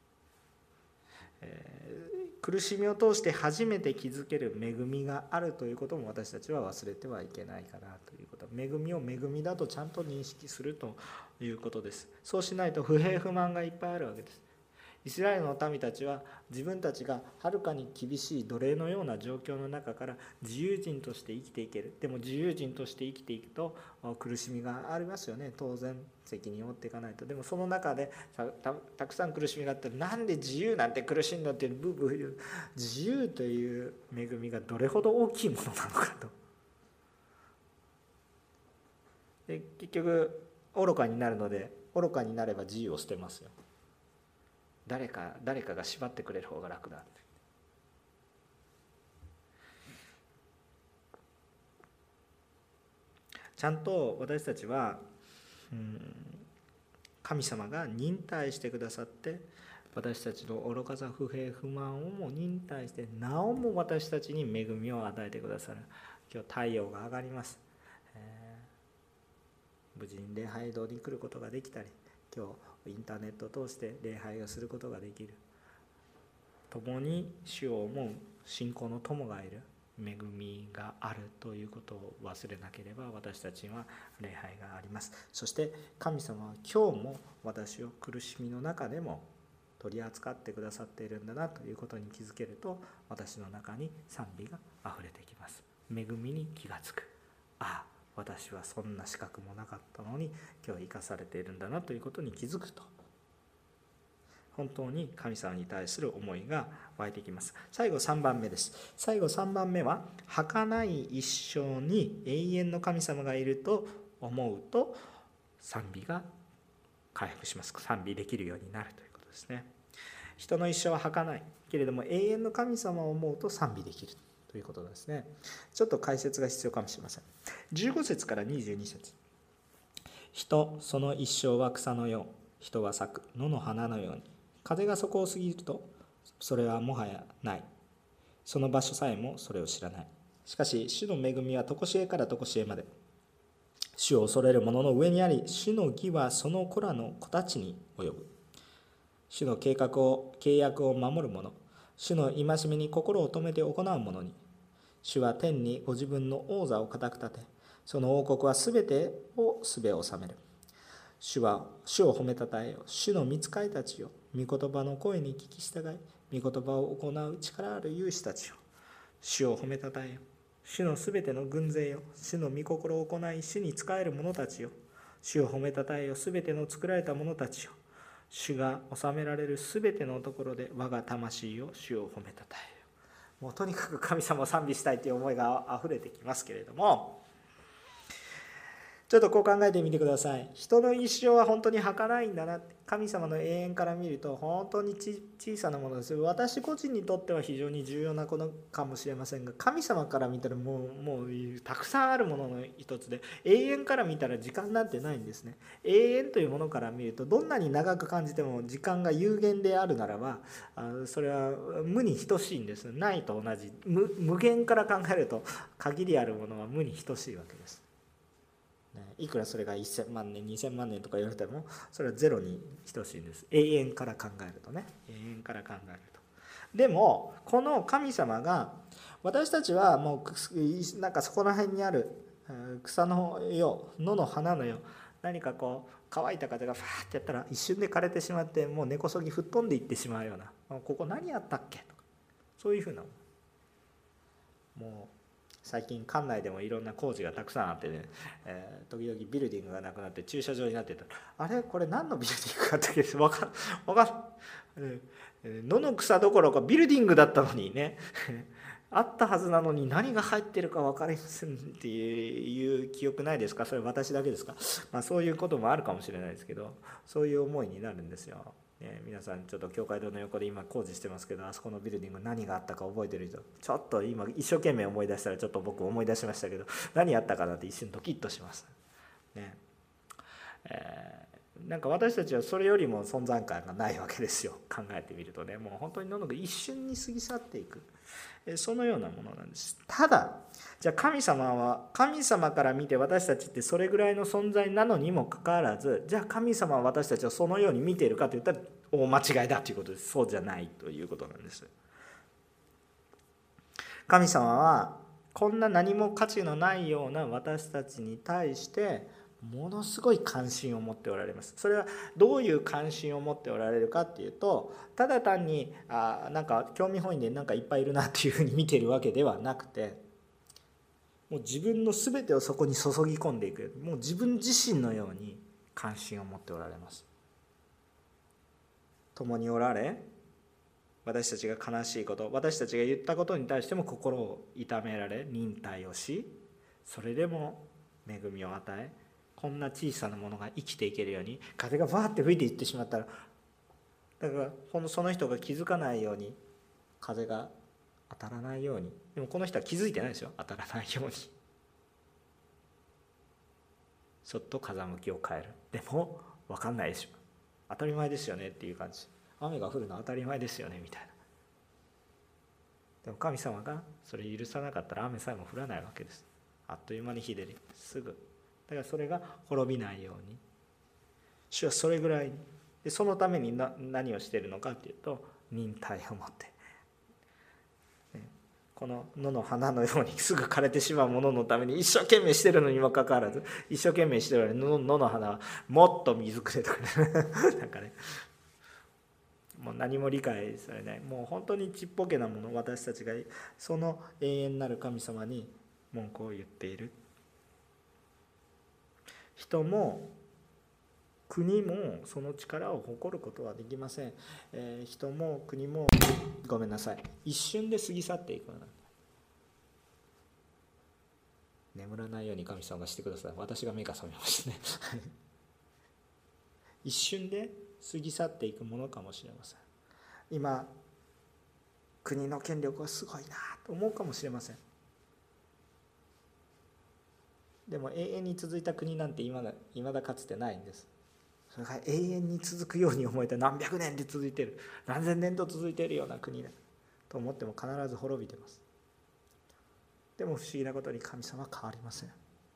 苦しみを通して初めて気づける恵みがあるということも私たちは忘れてはいけないかなということ。恵みを恵みだとちゃんと認識するということです。そうしないと不平不満がいっぱいあるわけです。イスラエルの民たちは自分たちがはるかに厳しい奴隷のような状況の中から自由人として生きていける。でも自由人として生きていくと苦しみがありますよね。当然責任を負っていかないと。でもその中でたくさん苦しみがあったら、なんで自由なんて苦しいんだってブーブー言う。自由という恵みがどれほど大きいものなのかと。で結局愚かになるので、愚かになれば自由を捨てますよ。誰かが縛ってくれる方が楽だって。ちゃんと私たちは神様が忍耐してくださって、私たちの愚かさ不平不満をも忍耐して、なおも私たちに恵みを与えてくださる。今日太陽が上がります。無事に礼拝堂に来ることができたり、今日インターネットを通して礼拝をすることができる。共に主を思う信仰の友がいる。恵みがあるということを忘れなければ、私たちは礼拝があります。そして神様は今日も私を苦しみの中でも取り扱ってくださっているんだなということに気づけると、私の中に賛美があふれてきます。恵みに気がつく。私はそんな資格もなかったのに今日生かされているんだなということに気づくと、本当に神様に対する思いが湧いてきます。最後3番目です。最後3番目は、儚い一生に永遠の神様がいると思うと賛美が回復します。賛美できるようになるということですね。人の一生は儚いけれども、永遠の神様を思うと賛美できるということですね。ちょっと解説が必要かもしれません。15節から22節。人その一生は草のよう、人は咲く野の花のように、風がそこを過ぎるとそれはもはやない、その場所さえもそれを知らない。しかし主の恵みは常しえから常しえまで、主を恐れる者の上にあり、主の義はその子らの子たちに及ぶ。主の契約を守る者、主の戒めに心を留めて行う者に、主は天にご自分の王座を固く立て、その王国はすべてを治める。主を褒めたたえよ。主の御使いたちよ。御言葉の声に聞き従い、御言葉を行う力ある勇士たちよ。主を褒めたたえよ。主のすべての軍勢よ。主の御心を行い、主に仕える者たちよ。主を褒めたたえよ。すべての作られた者たちよ。主が治められるすべてのところで我が魂よ、主を褒めたたえよ。もうとにかく神様を賛美したいという思いがあふれてきますけれども、ちょっとこう考えてみてください。人の一生は本当に儚いんだな。神様の永遠から見ると本当に小さなものです。私個人にとっては非常に重要なことかもしれませんが、神様から見たらもうたくさんあるものの一つで、永遠から見たら時間なんてないんですね。永遠というものから見ると、どんなに長く感じても時間が有限であるならば、それは無に等しいんです。ないと同じ。無限から考えると限りあるものは無に等しいわけです。 いくらそれが1000万年2000万年とか言われてもそれはゼロに等しいんです。永遠から考えるとね、永遠から考えると。でもこの神様が、私たちはもうなんかそこら辺にある草のよう、野の花のよう、何かこう乾いた風がファーってやったら一瞬で枯れてしまって、もう根こそぎ吹っ飛んでいってしまうような、ここ何やったっけとか、そういうふうなもう最近館内でもいろんな工事がたくさんあってね、時々ビルディングがなくなって駐車場になってたら、あれこれ何のビルディングかって分かん野の草どころかビルディングだったのにねあったはずなのに何が入ってるか分かりませんっていう記憶ないですか？それ私だけですか？そういうこともあるかもしれないですけど、そういう思いになるんですよ。皆さんちょっと教会堂の横で今工事してますけど、あそこのビルディング何があったか覚えてる人、ちょっと今一生懸命思い出したらちょっと僕思い出しましたけど、何やったかなって一瞬ドキッとしますね。なんか私たちはそれよりも存在感がないわけですよ。考えてみるとね、もう本当にどんどん一瞬に過ぎ去っていく、そのようなものなんです。ただじゃあ神様から見て私たちってそれぐらいの存在なのにもかかわらず、じゃあ神様は私たちをそのように見ているかといったら大間違いだということです。そうじゃないということなんです。神様はこんな何も価値のないような私たちに対してものすごい関心を持っておられます。それはどういう関心を持っておられるかっていうと、ただ単になんか興味本位でなんかいっぱいいるなっていうふうに見ているわけではなくて、もう自分の全てをそこに注ぎ込んでいく、もう自分自身のように関心を持っておられます。共におられ、私たちが悲しいこと、私たちが言ったことに対しても心を痛められ忍耐をし、それでも恵みを与え、こんな小さなものが生きていけるように、風がバーって吹いていってしまったら、だからその人が気づかないように、風が当たらないように、でもこの人は気づいてないですよ、当たらないようにそっと風向きを変える。でも分かんないでしょ、当たり前ですよねっていう感じ、雨が降るのは当たり前ですよねみたいな。でも神様がそれ許さなかったら雨さえも降らないわけです。あっという間に日照り、すぐ。だからそれが滅びないように、主はそれぐらいで、そのために何をしているのかというと、忍耐を持って、この野の花のようにすぐ枯れてしまうもののために一生懸命してるのにもかかわらず、一生懸命してるのに野の花はもっと水くれとかねなんかね、もう何も理解されない、もう本当にちっぽけなもの、私たちがその永遠なる神様に文句を言っている。人も国もその力を誇ることはできません。人も国も一瞬で過ぎ去っていくの。眠らないように神様がしてください。私が目が覚めましたね一瞬で過ぎ去っていくものかもしれません。今国の権力はすごいなと思うかもしれません。でも永遠に続いた国なんていまだかつてないんです。それが永遠に続くように思えて、何百年で続いている、何千年と続いているような国だと思っても必ず滅びています。でも不思議なことに神様は変わりません。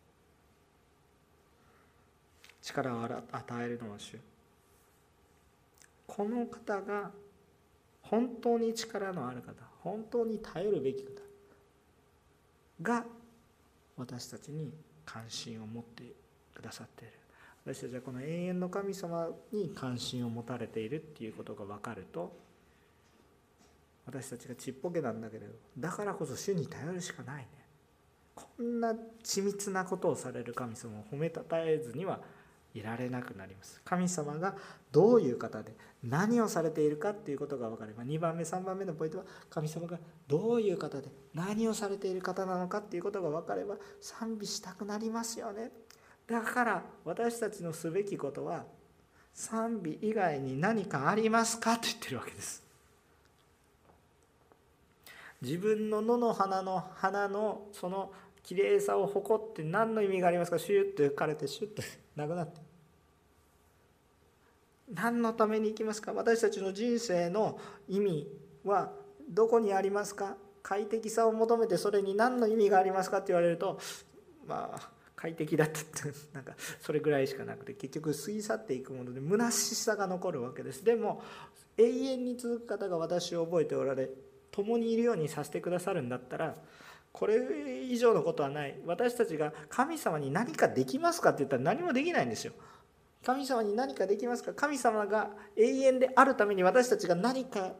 力を与えるのは主。この方が本当に力のある方、本当に頼るべき方が私たちに関心を持ってくださっている。私たちはこの永遠の神様に関心を持たれているっていうことが分かると、私たちがちっぽけなんだけれど、だからこそ主に頼るしかないね。こんな緻密なことをされる神様を褒めたたえずにはいられなくなります。神様がどういう方で何をされているかっていうことが分かれば、2番目3番目のポイントは、神様がどういう方で何をされている方なのかっていうことが分かれば賛美したくなりますよね。だから私たちのすべきことは、賛美以外に何かありますかと言ってるわけです。自分の野の花のそのきれいさを誇って何の意味がありますか。シュッと枯れてシュッとなくなって、何のために生きますか。私たちの人生の意味はどこにありますか。快適さを求めてそれに何の意味がありますかって言われると、 快適だったってなんかそれぐらいしかなくて、結局過ぎ去っていくもので虚しさが残るわけです。でも永遠に続く方が私を覚えておられ、共にいるようにさせてくださるんだったら、これ以上のことはない。私たちが神様に何かできますかって言ったら何もできないんですよ。神様に何かできますか。神様が永遠であるために私たちが何か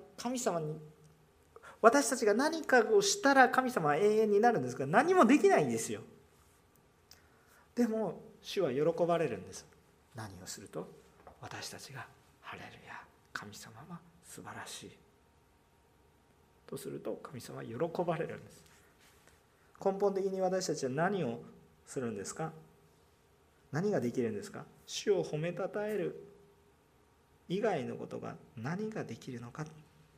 私たちが何かをしたら神様は永遠になるんですが、何もできないんですよ。でも主は喜ばれるんです。何をすると、私たちがハレルヤ、神様は素晴らしいとすると神様は喜ばれるんです。根本的に私たちは何をするんですか。何ができるんですか。主を褒めたたえる以外のことが何ができるのか、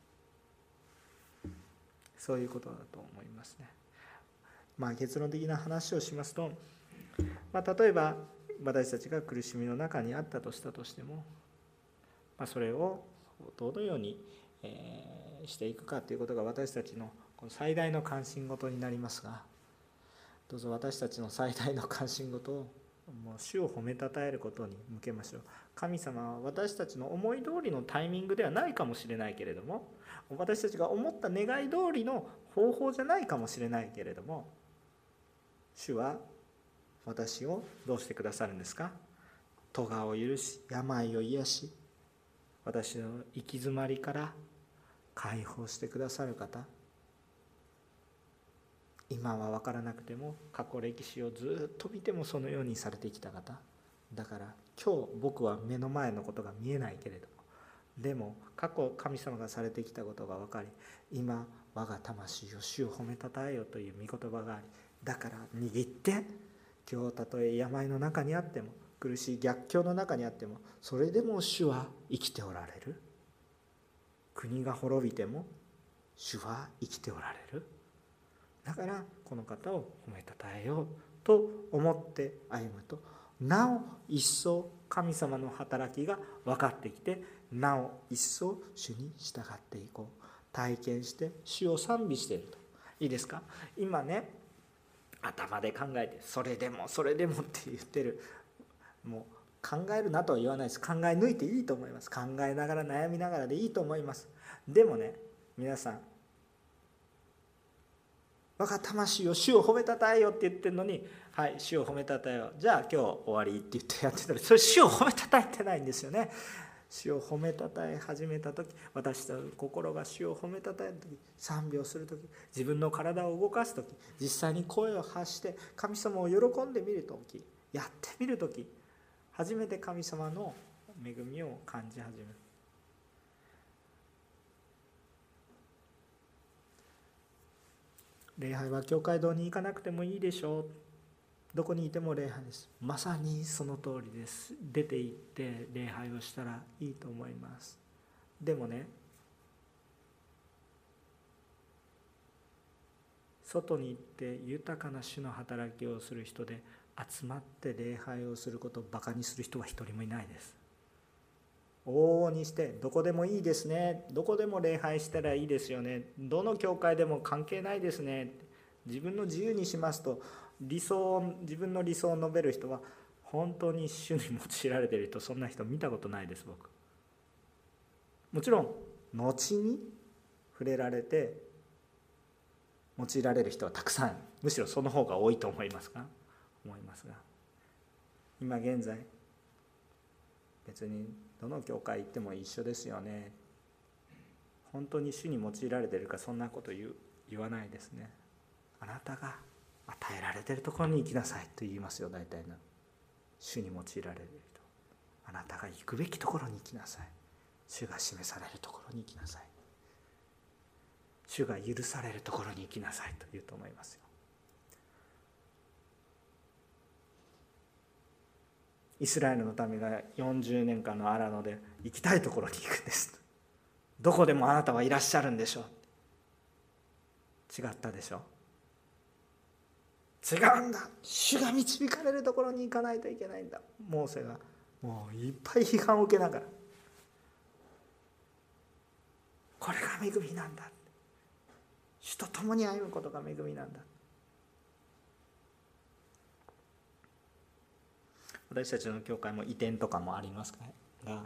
そういうことだと思いますね。結論的な話をしますと、例えば私たちが苦しみの中にあったとしたとしても、それをどのようにしていくかということが私たちの最大の関心事になりますが、どうぞ私たちの最大の関心事をもう主を褒めたたえることに向けましょう。神様は私たちの思い通りのタイミングではないかもしれないけれども、私たちが思った願い通りの方法じゃないかもしれないけれども、主は私をどうしてくださるんですか。咎を許し、病を癒し、私の行き詰まりから解放してくださる方。今は分からなくても過去歴史をずっと見てもそのようにされてきた方だから、今日僕は目の前のことが見えないけれども、でも過去神様がされてきたことが分かり、今我が魂を主を褒めたたえよという御言葉があり、だから握って、今日たとえ病の中にあっても、苦しい逆境の中にあっても、それでも主は生きておられる。国が滅びても主は生きておられる。だからこの方を褒めたたえようと思って歩むと、なお一層神様の働きが分かってきて、なお一層主に従っていこう、体験して主を賛美していると。いいですか。今ね、頭で考えてそれでもって言ってる、もう考えるなとは言わないです。考え抜いていいと思います。考えながら悩みながらでいいと思います。でもね、皆さん、我が魂を主を褒めたたえよって言ってるのに、はい、主を褒めたたえよう、じゃあ今日終わりって言ってやってたら、それ主を褒めたたえてないんですよね。主を褒めたたえ始めた時、私の心が主を褒めたたえる時、賛美をする時、自分の体を動かす時、実際に声を発して神様を喜んでみる時、やってみる時、初めて神様の恵みを感じ始める。礼拝は教会堂に行かなくてもいいでしょう。どこにいても礼拝です。まさにその通りです。出て行って礼拝をしたらいいと思います。でもね、外に行って豊かな主の働きをする人で、集まって礼拝をすることをバカにする人は一人もいないです。往々にしてどこでもいいですね、どこでも礼拝したらいいですよね、どの教会でも関係ないですね、自分の自由にしますと自分の理想を述べる人は、本当に主に用いられている人、そんな人見たことないです。僕もちろん後に触れられて用いられる人はたくさん、むしろその方が多いと思いますが、今現在別にどの教会行っても一緒ですよね、本当に主に用いられているか、そんなこと言わないですね。あなたが与えられているところに行きなさいと言いますよ、大体の主に用いられる人。あなたが行くべきところに行きなさい、主が示されるところに行きなさい、主が許されるところに行きなさいと言うと思いますよ。イスラエルの民が40年間の荒野で行きたいところに行くんです。どこでもあなたはいらっしゃるんでしょう。違ったでしょ。違うんだ、主が導かれるところに行かないといけないんだ。モーセがもういっぱい批判を受けながら、これが恵みなんだ、主と共に歩むことが恵みなんだ。 私たちの教会も移転とかもありますが、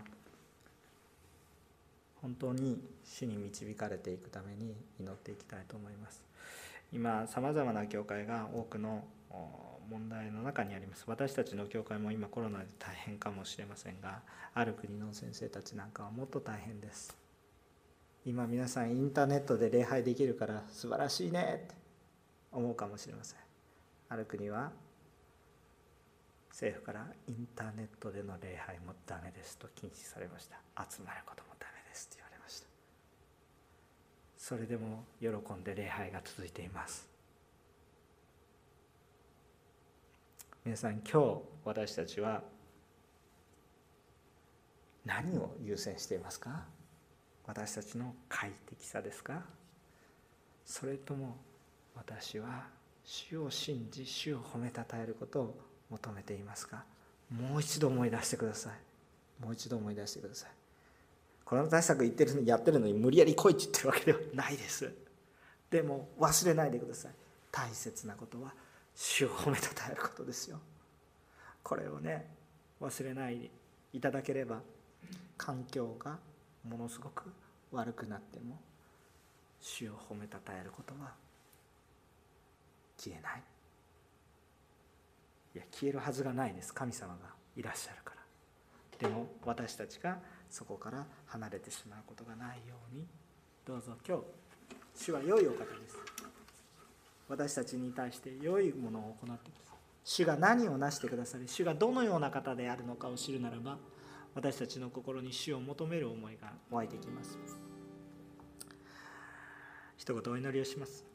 本当に主に導かれていくために祈っていきたいと思います。今さまざまな教会が多くの問題の中にあります。私たちの教会も今コロナで大変かもしれませんが、ある国の先生たちなんかはもっと大変です。今皆さんインターネットで礼拝できるから素晴らしいねって思うかもしれません。ある国は政府からインターネットでの礼拝もダメですと禁止されました。集まることもダメですと言われました。それでも喜んで礼拝が続いています。皆さん、今日私たちは何を優先していますか？私たちの快適さですか？それとも私は主を信じ、主を褒めたたえることを求めていますか？もう一度思い出してください。もう一度思い出してください。コロナ対策やってるのに無理やり来いって言ってるわけではないです。でも忘れないでください。大切なことは主を褒めたたえることですよ。これをね、忘れないでいただければ、環境がものすごく悪くなっても主を褒めたたえることは消えない。いや、消えるはずがないです。神様がいらっしゃるから。でも私たちがそこから離れてしまうことがないように、どうぞ今日、主は良いお方です。私たちに対して良いものを行ってください。主が何をなしてくださり、主がどのような方であるのかを知るならば、私たちの心に主を求める思いが湧いてきます。一言お祈りをします。